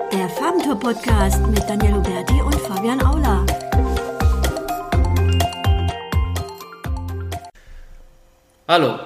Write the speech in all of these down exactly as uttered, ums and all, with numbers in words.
Der Farbentour-Podcast mit Daniel Huberti und Fabian Aula. Hallo.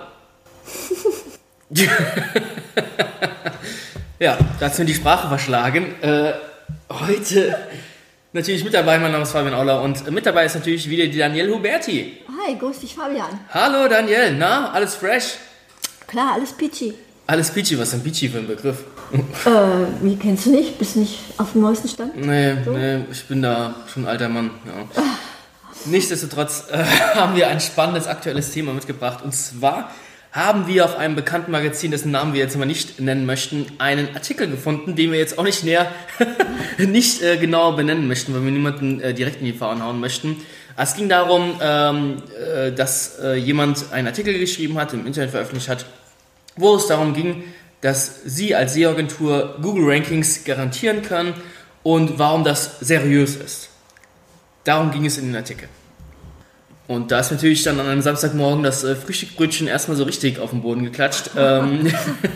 Ja, da hat mir die Sprache verschlagen. Äh, heute natürlich mit dabei, mein Name ist Fabian Aula und mit dabei ist natürlich wieder die Daniel Huberti. Hi, grüß dich Fabian. Hallo Daniel, na, alles fresh? Klar, alles peachy. Alles peachy, was ist denn peachy für ein Begriff? Äh, wie kennst du nicht? Bist du nicht auf dem neuesten Stand? Nee, so? nee, ich bin da schon ein alter Mann. Ja. Nichtsdestotrotz äh, haben wir ein spannendes aktuelles Thema mitgebracht. Und zwar haben wir auf einem bekannten Magazin, dessen Namen wir jetzt mal nicht nennen möchten, einen Artikel gefunden, den wir jetzt auch nicht näher, nicht äh, genau benennen möchten, weil wir niemanden äh, direkt in die Fahnen hauen möchten. Es ging darum, ähm, äh, dass äh, jemand einen Artikel geschrieben hat, im Internet veröffentlicht hat, wo es darum ging, dass Sie als S E O-Agentur Google Rankings garantieren können und warum das seriös ist. Darum ging es in den Artikel. Und da ist natürlich dann an einem Samstagmorgen das äh, Frühstückbrötchen erstmal so richtig auf den Boden geklatscht. ähm,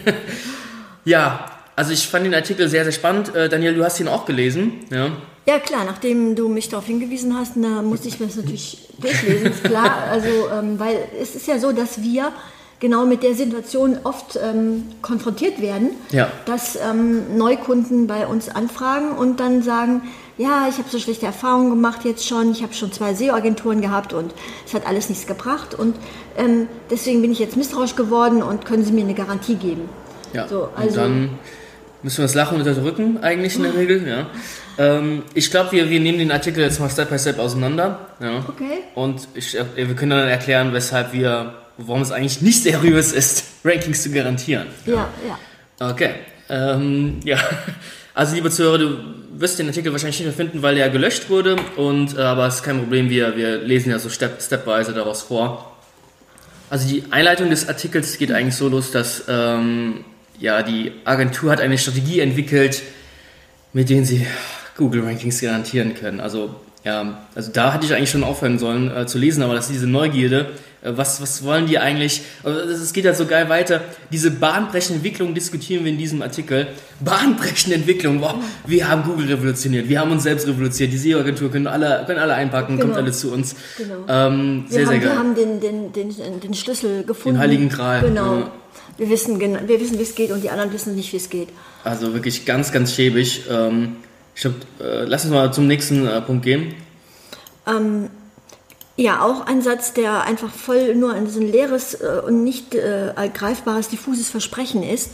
ja, also ich fand den Artikel sehr, sehr spannend. Äh, Daniel, du hast ihn auch gelesen. Ja. Ja klar, nachdem du mich darauf hingewiesen hast, na, musste ich mir das natürlich durchlesen, ist klar. Also, ähm, weil es ist ja so, dass wir genau mit der Situation oft ähm, konfrontiert werden, ja. dass ähm, Neukunden bei uns anfragen und dann sagen, ja, ich habe so schlechte Erfahrungen gemacht jetzt schon, ich habe schon zwei S E O-Agenturen gehabt und es hat alles nichts gebracht und ähm, deswegen bin ich jetzt misstrauisch geworden und können Sie mir eine Garantie geben? Ja, so, also, und dann müssen wir das Lachen unterdrücken eigentlich in der Regel, ja. Ähm, ich glaube, wir, wir nehmen den Artikel jetzt mal Step by Step auseinander, ja. Okay. Und ich, wir können dann erklären, weshalb wir, warum es eigentlich nicht seriös ist, Rankings zu garantieren. Ja, ja. ja. Okay, ähm, ja. Also liebe Zuhörer, du wirst den Artikel wahrscheinlich nicht mehr finden, weil der gelöscht wurde, und, äh, aber es ist kein Problem, wir, wir lesen ja so step, stepweise daraus vor. Also die Einleitung des Artikels geht eigentlich so los, dass ähm, ja, die Agentur hat eine Strategie entwickelt, mit denen sie Google Rankings garantieren können. Also, ja, also da hatte ich eigentlich schon aufhören sollen äh, zu lesen, aber das ist diese Neugierde. Äh, was, was wollen die eigentlich? Also es geht halt so geil weiter. Diese bahnbrechende Entwicklung diskutieren wir in diesem Artikel. Bahnbrechende Entwicklung, wow, wir haben Google revolutioniert, wir haben uns selbst revolutioniert. Die S E O-Agentur können alle, können alle einpacken, genau. Kommt alle zu uns. Genau. Ähm, sehr, wir, sehr haben, geil. wir haben den, den, den, den Schlüssel gefunden. Den Heiligen Gral. Genau. Ja. Wir wissen, wir wissen, wie es geht, und die anderen wissen nicht, wie es geht. Also wirklich ganz, ganz schäbig. Ähm, ich glaub, äh, lass uns mal zum nächsten äh, Punkt gehen. Ähm, ja, auch ein Satz, der einfach voll nur ein, so ein leeres äh, und nicht äh, greifbares, diffuses Versprechen ist.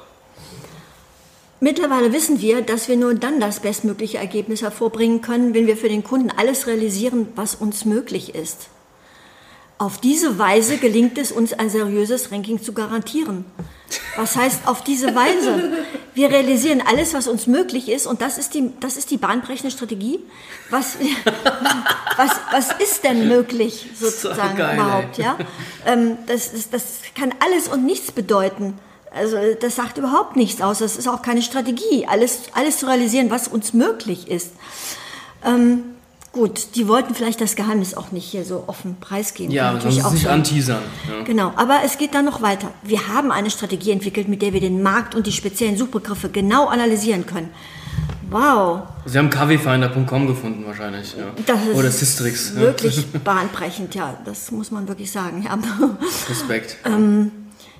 Mittlerweile wissen wir, dass wir nur dann das bestmögliche Ergebnis hervorbringen können, wenn wir für den Kunden alles realisieren, was uns möglich ist. Auf diese Weise gelingt es uns, ein seriöses Ranking zu garantieren. Was heißt auf diese Weise? Wir realisieren alles, was uns möglich ist, und das ist die, das ist die bahnbrechende Strategie. Was, was, was ist denn möglich, sozusagen, so geil, überhaupt? Ja? Ähm, das, das, das kann alles und nichts bedeuten. Also das sagt überhaupt nichts aus. Das ist auch keine Strategie, alles, alles zu realisieren, was uns möglich ist. Ähm, Gut, die wollten vielleicht das Geheimnis auch nicht hier so offen preisgeben. Ja, man muss es nicht anteasern. Ja. Genau, aber es geht dann noch weiter. Wir haben eine Strategie entwickelt, mit der wir den Markt und die speziellen Suchbegriffe genau analysieren können. Wow. Sie haben k w finder punkt com gefunden wahrscheinlich. Ja. Das ist Oder Sistrix. Wirklich ja. bahnbrechend, ja, das muss man wirklich sagen. Ja. Respekt. ähm,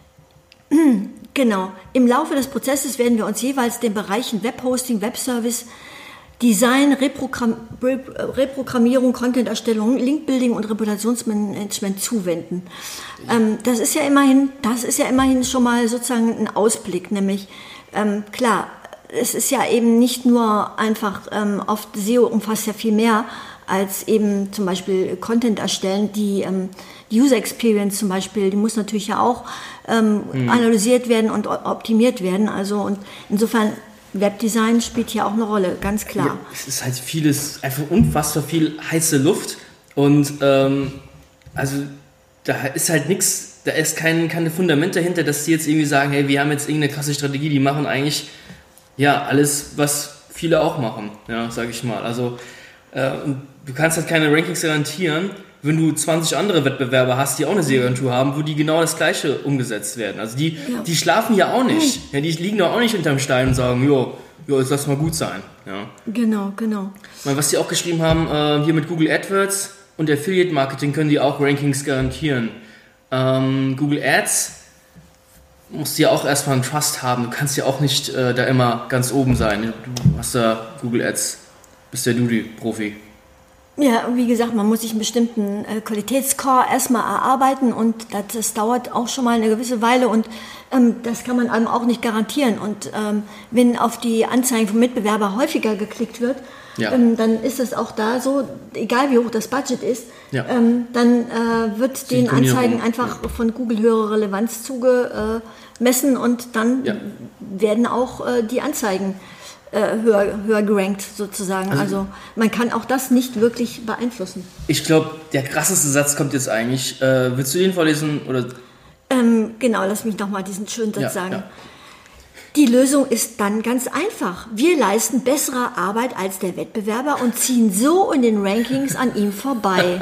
genau, im Laufe des Prozesses werden wir uns jeweils den Bereichen Webhosting, Webservice, Design, Reprogramm, Reprogrammierung, Content-Erstellung, Link-Building und Reputationsmanagement zuwenden. Ähm, das ist ja immerhin, das ist ja immerhin schon mal sozusagen ein Ausblick, nämlich ähm, klar, es ist ja eben nicht nur einfach, ähm, oft S E O umfasst ja viel mehr als eben zum Beispiel Content erstellen. Die, ähm, die User Experience zum Beispiel, die muss natürlich ja auch ähm, mhm. analysiert werden und optimiert werden. Also und insofern Webdesign spielt hier auch eine Rolle, ganz klar. Ja, es ist halt vieles, einfach unfassbar viel heiße Luft, und ähm, also da ist halt nichts, da ist kein, keine Fundament dahinter, dass die jetzt irgendwie sagen, hey, wir haben jetzt irgendeine krasse Strategie, die machen eigentlich ja alles, was viele auch machen, ja, sag ich mal. Also äh, du kannst halt keine Rankings garantieren, wenn du zwanzig andere Wettbewerber hast, die auch eine S E O-Agentur haben, wo die genau das Gleiche umgesetzt werden. Also die, ja. die schlafen ja auch nicht. Ja, die liegen doch auch nicht unterm Stein und sagen, jo, ja, jetzt lass mal gut sein. Ja. Genau, genau. Was sie auch geschrieben haben, äh, hier mit Google AdWords und Affiliate Marketing können die auch Rankings garantieren. Ähm, Google Ads musst du ja auch erstmal einen Trust haben. Du kannst ja auch nicht äh, da immer ganz oben sein. Du hast da Google Ads, bist ja du die Profi. Ja, wie gesagt, man muss sich einen bestimmten äh, Qualitätsscore erstmal erarbeiten und das, das dauert auch schon mal eine gewisse Weile und ähm, das kann man einem auch nicht garantieren. Und ähm, wenn auf die Anzeigen vom Mitbewerber häufiger geklickt wird, ja. ähm, dann ist es auch da so, egal wie hoch das Budget ist, ja. ähm, dann äh, wird den Anzeigen einfach von Google höhere Relevanz zugemessen und dann ja. werden auch äh, die Anzeigen Höher, höher gerankt sozusagen. Also, also man kann auch das nicht wirklich beeinflussen. Ich glaube, der krasseste Satz kommt jetzt eigentlich. Äh, willst du den vorlesen? Oder? Ähm, genau, lass mich nochmal diesen schönen Satz ja, sagen. Ja. Die Lösung ist dann ganz einfach. Wir leisten bessere Arbeit als der Wettbewerber und ziehen so in den Rankings an ihm vorbei.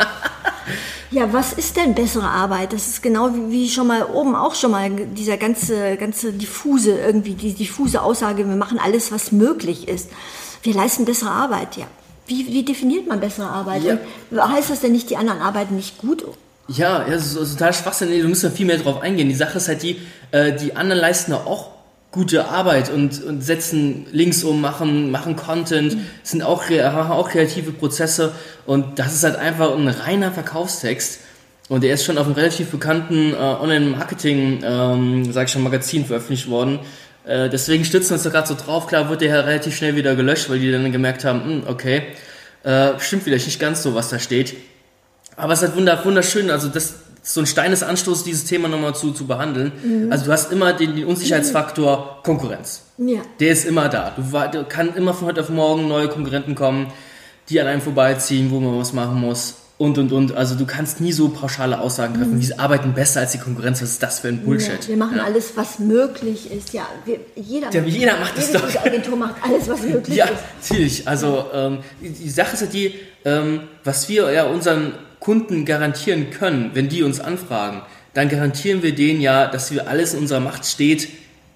Ja, was ist denn bessere Arbeit? Das ist genau wie, wie schon mal oben auch schon mal dieser ganze, ganze diffuse, irgendwie die diffuse Aussage, wir machen alles, was möglich ist. Wir leisten bessere Arbeit, ja. Wie, wie definiert man bessere Arbeit? Ja. Heißt das denn nicht, die anderen arbeiten nicht gut? Ja, das ist total Schwachsinn. Du musst da viel mehr drauf eingehen. Die Sache ist halt die, äh, die anderen leisten da auch gute Arbeit und, und setzen Links um, machen, machen Content, mhm. sind auch, haben auch kreative Prozesse und das ist halt einfach ein reiner Verkaufstext und der ist schon auf einem relativ bekannten äh, Online-Marketing, ähm, sag ich schon, Magazin veröffentlicht worden. Äh, deswegen stützen wir uns da gerade so drauf. Klar wird der ja relativ schnell wieder gelöscht, weil die dann gemerkt haben, mh, okay, äh, stimmt vielleicht nicht ganz so, was da steht. Aber es ist halt wunderschön, also das so ein Stein des Anstoßes, dieses Thema nochmal zu, zu behandeln. Mhm. Also du hast immer den, den Unsicherheitsfaktor Konkurrenz. Ja. Der ist immer da. Du, du kann immer von heute auf morgen neue Konkurrenten kommen, die an einem vorbeiziehen, wo man was machen muss und, und, und. Also du kannst nie so pauschale Aussagen treffen, mhm. wir arbeiten besser als die Konkurrenz. Was ist das für ein Bullshit? Ja, wir machen ja. alles, was möglich ist. Ja, wir, jeder, ja, jeder macht das doch. Jede Agentur macht alles, was möglich ja, ist. Ja, natürlich. Also ähm, die, die Sache ist ja die, ähm, was wir ja unseren Kunden garantieren können, wenn die uns anfragen, dann garantieren wir denen ja, dass wir alles in unserer Macht steht,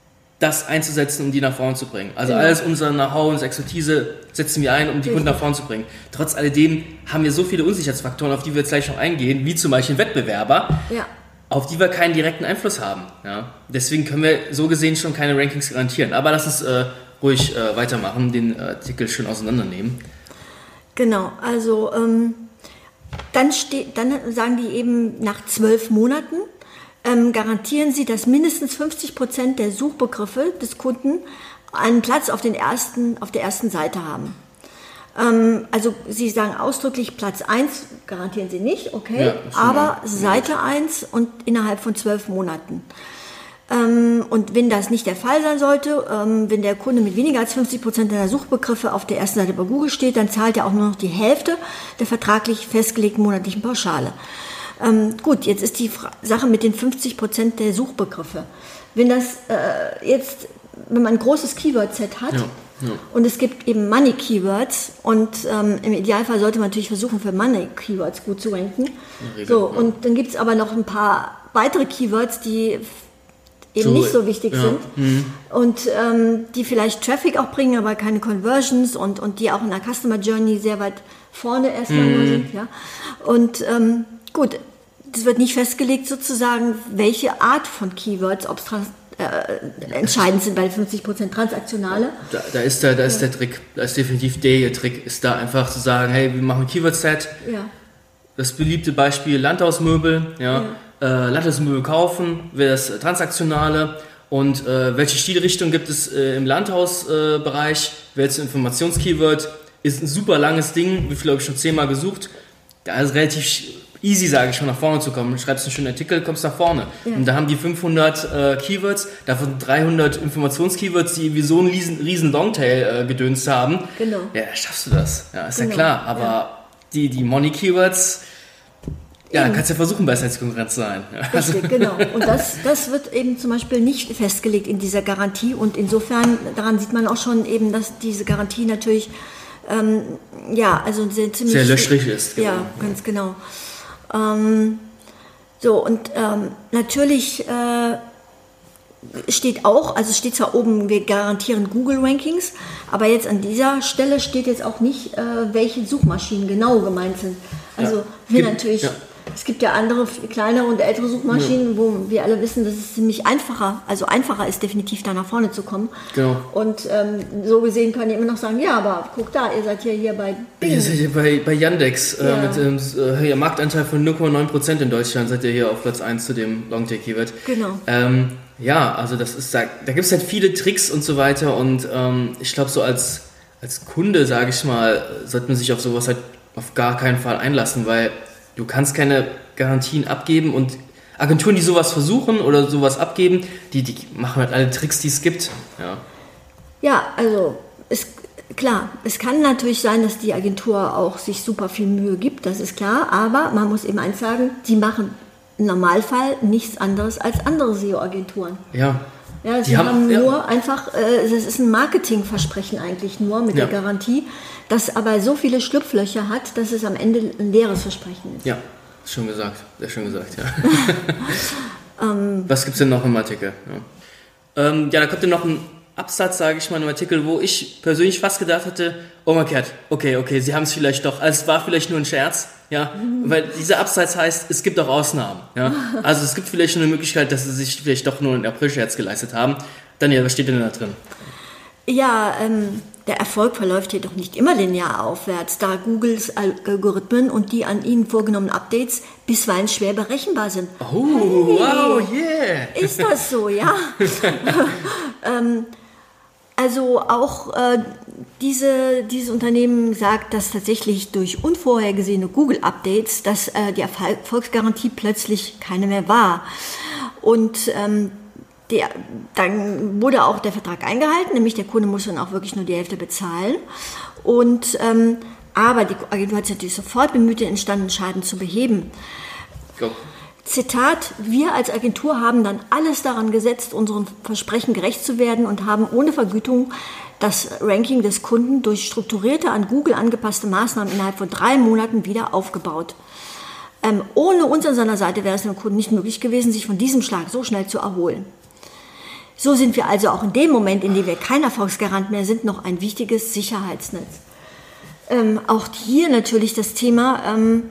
das einzusetzen, um die nach vorne zu bringen. Also genau. alles unser Know-how, unsere Expertise setzen wir ein, um die Richtig. Kunden nach vorne zu bringen. Trotz alledem haben wir so viele Unsicherheitsfaktoren, auf die wir jetzt gleich noch eingehen, wie zum Beispiel Wettbewerber, ja. auf die wir keinen direkten Einfluss haben. Ja? Deswegen können wir so gesehen schon keine Rankings garantieren. Aber lass uns äh, ruhig äh, weitermachen, den äh, Artikel schön auseinandernehmen. Genau, also ähm Dann, steht, dann sagen die eben, nach zwölf Monaten ähm, garantieren sie, dass mindestens fünfzig Prozent der Suchbegriffe des Kunden einen Platz auf, den ersten, auf der ersten Seite haben. Ähm, also sie sagen ausdrücklich, Platz eins garantieren sie nicht, okay, ja, aber Seite eins und innerhalb von zwölf Monaten. Ähm, und wenn das nicht der Fall sein sollte, ähm, wenn der Kunde mit weniger als fünfzig Prozent der Suchbegriffe auf der ersten Seite bei Google steht, dann zahlt er auch nur noch die Hälfte der vertraglich festgelegten monatlichen Pauschale. Ähm, gut, jetzt ist die Fra- Sache mit den fünfzig Prozent der Suchbegriffe. Wenn das äh, jetzt, wenn man ein großes Keyword-Set hat, ja, ja. und es gibt eben Money-Keywords und ähm, im Idealfall sollte man natürlich versuchen, für Money-Keywords gut zu ranken. So, ja. Und dann gibt es aber noch ein paar weitere Keywords, die eben so, nicht so wichtig ja. sind mhm. und ähm, die vielleicht Traffic auch bringen, aber keine Conversions und, und die auch in der Customer Journey sehr weit vorne erstmal mhm. sind. Ja? Und ähm, gut, es wird nicht festgelegt sozusagen, welche Art von Keywords, ob es trans- äh, entscheidend sind bei fünfzig Prozent transaktionale. Da, da, ist der, da ist der Trick, da ist definitiv der Trick, ist da einfach zu sagen, hey, wir machen ein Keyword-Set. Ja. Das beliebte Beispiel Landhausmöbel, ja. ja. Äh, Landhausmöbel kaufen, wäre das Transaktionale und äh, welche Stilrichtung gibt es äh, im Landhausbereich, äh, welches Informationskeyword, ist ein super langes Ding, wie viel habe ich schon zehnmal gesucht, da ist relativ easy, sage ich schon, nach vorne zu kommen, du schreibst einen schönen Artikel, kommst nach vorne ja. und da haben die fünfhundert äh, Keywords, davon dreihundert Informationskeywords, die wie so einen riesen, riesen Longtail äh, gedönst haben, genau. ja, da schaffst du das, ja, ist genau. ja klar, aber ja. die, die Money-Keywords, ja, dann kannst du ja versuchen, besser als Konkurrenz zu sein. Ja. Richtig, genau. Und das, das wird eben zum Beispiel nicht festgelegt in dieser Garantie. Und insofern, daran sieht man auch schon eben, dass diese Garantie natürlich, ähm, ja, also sehr ziemlich... Sehr löchrig ist. Genau. Ja, ganz genau. Ähm, so, und ähm, natürlich äh, steht auch, also steht zwar oben, wir garantieren Google-Rankings, aber jetzt an dieser Stelle steht jetzt auch nicht, äh, welche Suchmaschinen genau gemeint sind. Also ja. wir Gibt, natürlich... Ja. Es gibt ja andere, kleinere und ältere Suchmaschinen, ja. wo wir alle wissen, dass es ziemlich einfacher, also einfacher ist, definitiv da nach vorne zu kommen. Genau. Und ähm, so gesehen können die immer noch sagen, ja, aber guck da, ihr seid ja hier bei Bing. Ihr seid hier bei, bei Yandex ja. äh, mit ähm, äh, Marktanteil von null Komma neun Prozent in Deutschland, seid ihr hier auf Platz eins zu dem Longtail-Keyword. Genau. Ähm, ja, also das ist, da, da gibt es halt viele Tricks und so weiter und ähm, ich glaube so als, als Kunde, sage ich mal, sollte man sich auf sowas halt auf gar keinen Fall einlassen, weil du kannst keine Garantien abgeben und Agenturen, die sowas versuchen oder sowas abgeben, die, die machen halt alle Tricks, die es gibt. Ja, ja also es, klar, es kann natürlich sein, dass die Agentur auch sich super viel Mühe gibt, das ist klar, aber man muss eben eins sagen, die machen im Normalfall nichts anderes als andere S E O-Agenturen. Ja. Ja, sie die haben, haben nur ja. einfach, äh, das ist ein Marketingversprechen eigentlich nur mit ja. der Garantie, das aber so viele Schlupflöcher hat, dass es am Ende ein leeres Versprechen ist. Ja, schon gesagt, sehr schön gesagt, ja. ähm, Was gibt es denn noch im Artikel? Ja, ähm, ja da kommt dann noch ein Absatz, sage ich mal, im Artikel, wo ich persönlich fast gedacht hatte, oh mein Gott, okay, okay, sie haben es vielleicht doch, also es war vielleicht nur ein Scherz, ja, mhm. weil dieser Absatz heißt, es gibt auch Ausnahmen, ja, also es gibt vielleicht schon eine Möglichkeit, dass sie sich vielleicht doch nur einen April-Scherz geleistet haben. Daniel, was steht denn da drin? Ja, ähm, der Erfolg verläuft jedoch nicht immer linear aufwärts, da Googles Algorithmen und die an ihnen vorgenommenen Updates bisweilen schwer berechenbar sind. Oh, hey, wow, yeah! Ist das so, ja? ähm, also auch äh, diese, dieses Unternehmen sagt, dass tatsächlich durch unvorhergesehene Google-Updates, dass äh, die Erfolgsgarantie plötzlich keine mehr war. Und ähm, Der, dann wurde auch der Vertrag eingehalten, nämlich der Kunde muss dann auch wirklich nur die Hälfte bezahlen. Und, ähm, aber die Agentur hat sich natürlich sofort bemüht, den entstandenen Schaden zu beheben. Go. Zitat, wir als Agentur haben dann alles daran gesetzt, unseren Versprechen gerecht zu werden und haben ohne Vergütung das Ranking des Kunden durch strukturierte, an Google angepasste Maßnahmen innerhalb von drei Monaten wieder aufgebaut. Ähm, ohne uns an seiner Seite wäre es dem Kunden nicht möglich gewesen, sich von diesem Schlag so schnell zu erholen. So sind wir also auch in dem Moment, in dem wir kein Erfolgsgarant mehr sind, noch ein wichtiges Sicherheitsnetz. Ähm, auch hier natürlich das Thema, ähm,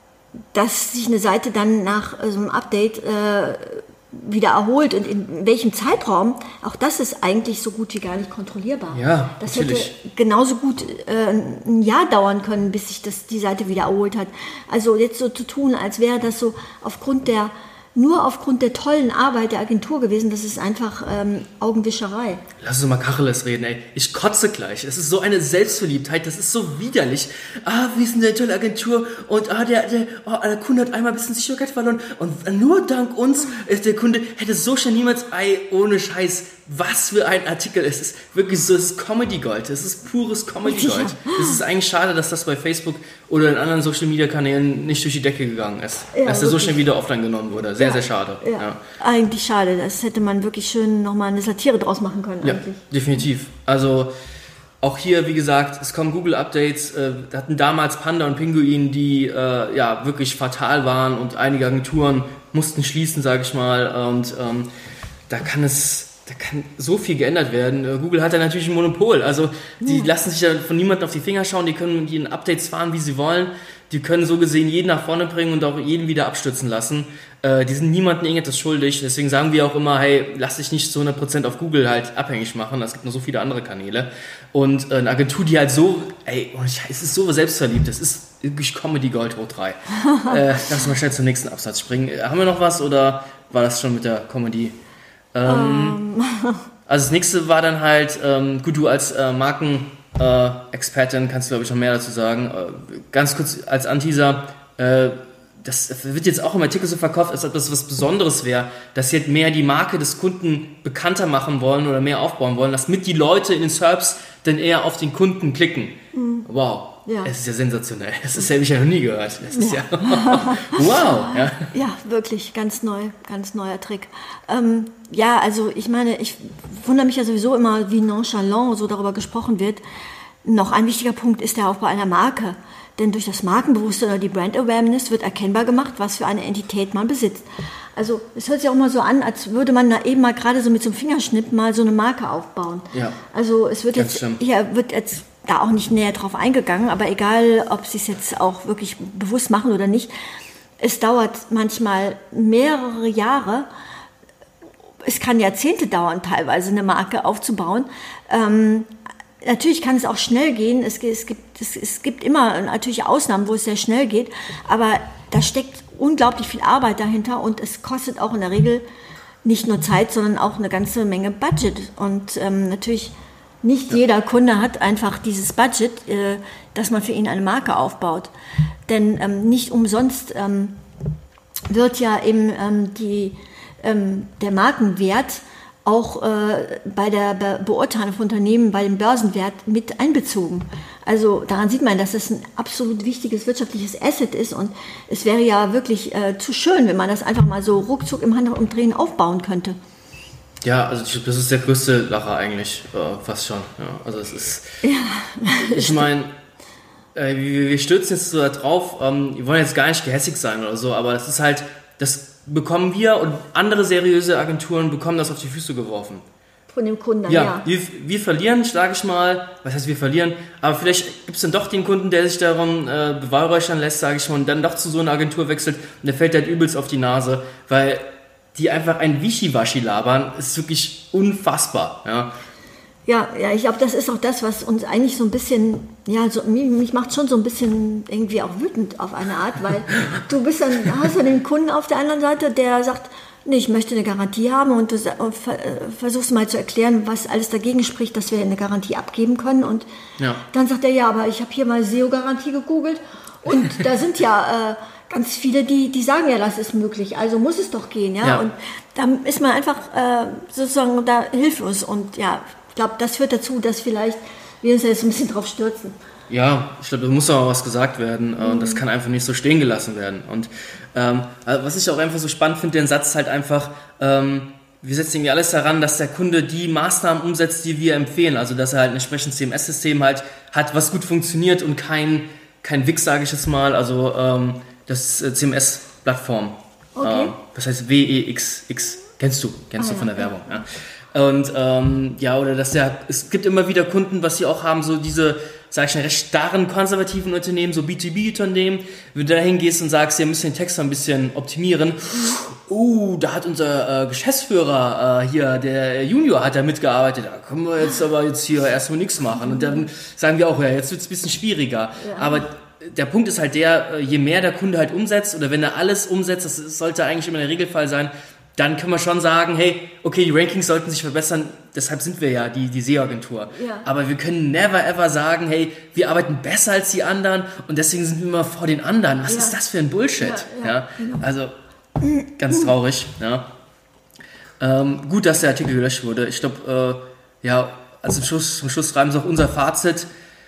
dass sich eine Seite dann nach so einem Update äh, wieder erholt und in welchem Zeitraum, auch das ist eigentlich so gut wie gar nicht kontrollierbar. Ja, das natürlich. hätte genauso gut äh, ein Jahr dauern können, bis sich das, die Seite wieder erholt hat. Also jetzt so zu tun, als wäre das so aufgrund der nur aufgrund der tollen Arbeit der Agentur gewesen, das ist einfach ähm, Augenwischerei. Lass uns mal Kacheles reden, ey. Ich kotze gleich. Es ist so eine Selbstverliebtheit, das ist so widerlich. Ah, wir sind eine tolle Agentur und ah, der, der, oh, der Kunde hat einmal ein bisschen Sicherheit verloren und nur dank uns, der Kunde hätte so schnell niemals, ey, ohne Scheiß, was für ein Artikel. Es ist wirklich so, es ist Comedy-Gold. Es ist pures Comedy-Gold. Ja. Es ist eigentlich schade, dass das bei Facebook oder in anderen Social-Media-Kanälen nicht durch die Decke gegangen ist. Ja, dass der so schnell wieder offline genommen wurde. Sehr, ja, sehr schade. Ja. Ja. Eigentlich schade. Das hätte man wirklich schön nochmal eine Satire draus machen können. Ja, eigentlich. Definitiv. Also auch hier, wie gesagt, es kommen Google-Updates. Äh, wir hatten damals Panda und Pinguin, die äh, ja wirklich fatal waren und einige Agenturen mussten schließen, sage ich mal. Und ähm, da kann es... Da kann so viel geändert werden. Google hat ja natürlich ein Monopol. Also die ja. lassen sich ja von niemandem auf die Finger schauen. Die können mit ihren Updates fahren, wie sie wollen. Die können so gesehen jeden nach vorne bringen und auch jeden wieder abstürzen lassen. Äh, die sind niemandem irgendetwas schuldig. Deswegen sagen wir auch immer, hey, lass dich nicht zu hundert Prozent auf Google halt abhängig machen. Es gibt noch so viele andere Kanäle. Und äh, eine Agentur, die halt so, ey, es ist so selbstverliebt. Das ist wirklich Comedy Gold hoch drei. äh, lass uns mal schnell zum nächsten Absatz springen. Haben wir noch was oder war das schon mit der Comedy? Ähm, um. Also das nächste war dann halt, ähm, gut, du als äh, Markenexpertin äh, kannst du, glaube ich, noch mehr dazu sagen. Äh, ganz kurz als Anteaser, äh, das wird jetzt auch im Artikel so verkauft, als ob das was Besonderes wäre, dass sie halt mehr die Marke des Kunden bekannter machen wollen oder mehr aufbauen wollen, dass mit die Leute in den Serbs dann eher auf den Kunden klicken. Mhm. Wow. Ja. Es ist ja sensationell. Das ist ja, habe ich ja noch nie gehört. Das ist ja, ja wow. Ja. Ja, wirklich ganz neu, ganz neuer Trick. Ähm, ja, also ich meine, ich wundere mich ja sowieso immer, wie nonchalant so darüber gesprochen wird. noch ein wichtiger Punkt ist der Aufbau einer Marke. Denn durch das Markenbewusstsein oder die Brand Awareness wird erkennbar gemacht, was für eine Entität man besitzt. Also es hört sich auch mal so an, als würde man da eben mal gerade so mit so einem Fingerschnipp mal so eine Marke aufbauen. Ja. Also es wird jetzt, hier wird jetzt da auch nicht näher drauf eingegangen, aber egal, ob sie es jetzt auch wirklich bewusst machen oder nicht, es dauert manchmal mehrere Jahre, es kann Jahrzehnte dauern, teilweise eine Marke aufzubauen. Ähm, Natürlich kann es auch schnell gehen. Es, es, gibt, es, es gibt immer natürlich Ausnahmen, wo es sehr schnell geht. Aber da steckt unglaublich viel Arbeit dahinter und es kostet auch in der Regel nicht nur Zeit, sondern auch eine ganze Menge Budget. Und ähm, natürlich nicht ja. jeder Kunde hat einfach dieses Budget, äh, dass man für ihn eine Marke aufbaut. Denn ähm, nicht umsonst ähm, wird ja eben ähm, die, ähm, der Markenwert auch äh, bei der Be- Beurteilung von Unternehmen, bei dem Börsenwert mit einbezogen. Also daran sieht man, dass das ein absolut wichtiges wirtschaftliches Asset ist und es wäre ja wirklich äh, zu schön, wenn man das einfach mal so ruckzuck im Handumdrehen aufbauen könnte. Ja, also ich, das ist der größte Lacher eigentlich, äh, fast schon. Ja, also es ist, ja, ich meine, äh, wir, wir stürzen jetzt so da drauf, ähm, wir wollen jetzt gar nicht gehässig sein oder so, aber das ist halt, das bekommen wir und andere seriöse Agenturen bekommen das auf die Füße geworfen. Von dem Kunden, ja. ja. Wir, wir verlieren, sage ich mal, was heißt wir verlieren, aber vielleicht gibt es dann doch den Kunden, der sich darum äh, beweihräuchern lässt, sage ich mal, und dann doch zu so einer Agentur wechselt und der fällt halt übelst auf die Nase, weil die einfach ein Wischiwaschi labern, ist wirklich unfassbar, ja. Ja, ja, ich glaube, das ist auch das, was uns eigentlich so ein bisschen, ja, so, mich, mich macht schon so ein bisschen irgendwie auch wütend auf eine Art, weil du bist dann, hast du den Kunden auf der anderen Seite, der sagt, nee, ich möchte eine Garantie haben und du versuchst mal zu erklären, was alles dagegen spricht, dass wir eine Garantie abgeben können und ja. dann sagt er, ja, aber ich habe hier mal S E O-Garantie gegoogelt und da sind ja äh, ganz viele, die, die sagen ja, das ist möglich, also muss es doch gehen, ja, ja. und da ist man einfach äh, sozusagen da hilflos und ja, ich glaube, das führt dazu, dass vielleicht wir uns jetzt ein bisschen drauf stürzen. Ja, ich glaube, da muss auch was gesagt werden und mhm. das kann einfach nicht so stehen gelassen werden. Und ähm, also was ich auch einfach so spannend finde, den Satz halt einfach, ähm, wir setzen irgendwie alles daran, dass der Kunde die Maßnahmen umsetzt, die wir empfehlen. Also dass er halt ein entsprechendes C M S-System halt hat, was gut funktioniert und kein, kein Wix, sage ich jetzt mal, also ähm, das äh, C M S-Plattform. Okay. Ähm, das heißt W E X X, kennst du, kennst ah, du von der ja. Werbung, ja. Und ähm, ja, oder dass der, es gibt immer wieder Kunden, was sie auch haben, so diese, sag ich mal, recht starren, konservativen Unternehmen, so B zwei B-Unternehmen, wenn du da hingehst und sagst, ihr müsst den Text ein bisschen optimieren. Uh, da hat unser äh, Geschäftsführer äh, hier, der Junior, hat da mitgearbeitet, da können wir jetzt aber jetzt hier erstmal nichts machen. Und dann sagen wir auch, ja, jetzt wird es ein bisschen schwieriger. Ja. Aber der Punkt ist halt der, je mehr der Kunde halt umsetzt, oder wenn er alles umsetzt, das sollte eigentlich immer der Regelfall sein, dann können wir schon sagen, hey, okay, die Rankings sollten sich verbessern, deshalb sind wir ja die, die S E O-Agentur. Ja. Aber wir können never ever sagen, hey, wir arbeiten besser als die anderen und deswegen sind wir immer vor den anderen. Was ja. ist das für ein Bullshit? Ja, ja. Ja? Also, ganz traurig. Ja. Ähm, gut, dass der Artikel gelöscht wurde. Ich glaube, äh, ja, also zum Schluss, zum Schluss schreiben sie auch unser Fazit.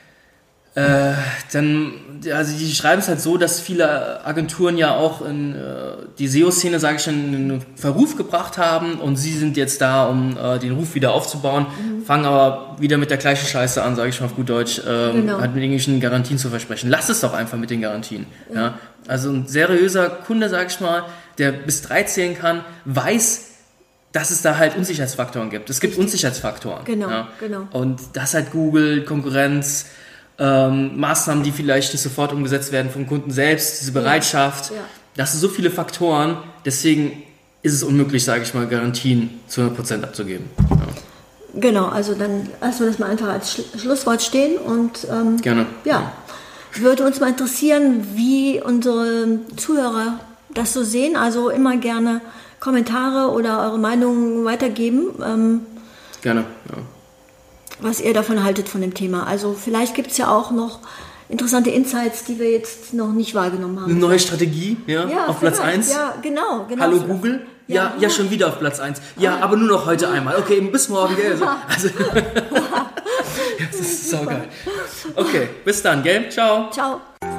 Äh, dann, also die schreiben es halt so, dass viele Agenturen ja auch in äh, die S E O-Szene, sage ich schon, in einen Verruf gebracht haben und sie sind jetzt da, um äh, den Ruf wieder aufzubauen, mhm. fangen aber wieder mit der gleichen Scheiße an, sage ich mal auf gut Deutsch, ähm, genau. halt mit irgendwelchen Garantien zu versprechen. Lass es doch einfach mit den Garantien. Mhm. Ja? Also ein seriöser Kunde, sage ich mal, der bis drei zählen kann, weiß, dass es da halt Unsicherheitsfaktoren gibt. Es gibt Unsicherheitsfaktoren. Genau, ja? genau. Und das halt Google, Konkurrenz, Ähm, Maßnahmen, die vielleicht nicht sofort umgesetzt werden vom Kunden selbst, diese Bereitschaft, ja. Ja. Das sind so viele Faktoren, deswegen ist es unmöglich, sage ich mal, Garantien zu hundert Prozent abzugeben. Ja. Genau, also dann lassen wir das mal einfach als Sch- Schlusswort stehen und ähm, gerne. Ja, würde uns mal interessieren, wie unsere Zuhörer das so sehen, also immer gerne Kommentare oder eure Meinung weitergeben. Ähm, gerne, ja. Was ihr davon haltet von dem Thema. Also vielleicht gibt es ja auch noch interessante Insights, die wir jetzt noch nicht wahrgenommen haben. Eine neue Strategie, ja, ja auf Platz eins. Ja, genau, genau. Hallo Google? Ja, ja, ja, schon wieder auf Platz eins. Ja, aber nur noch heute einmal. Okay, bis morgen, gell? Also, das ist so geil. Okay, bis dann, gell? Ciao. Ciao.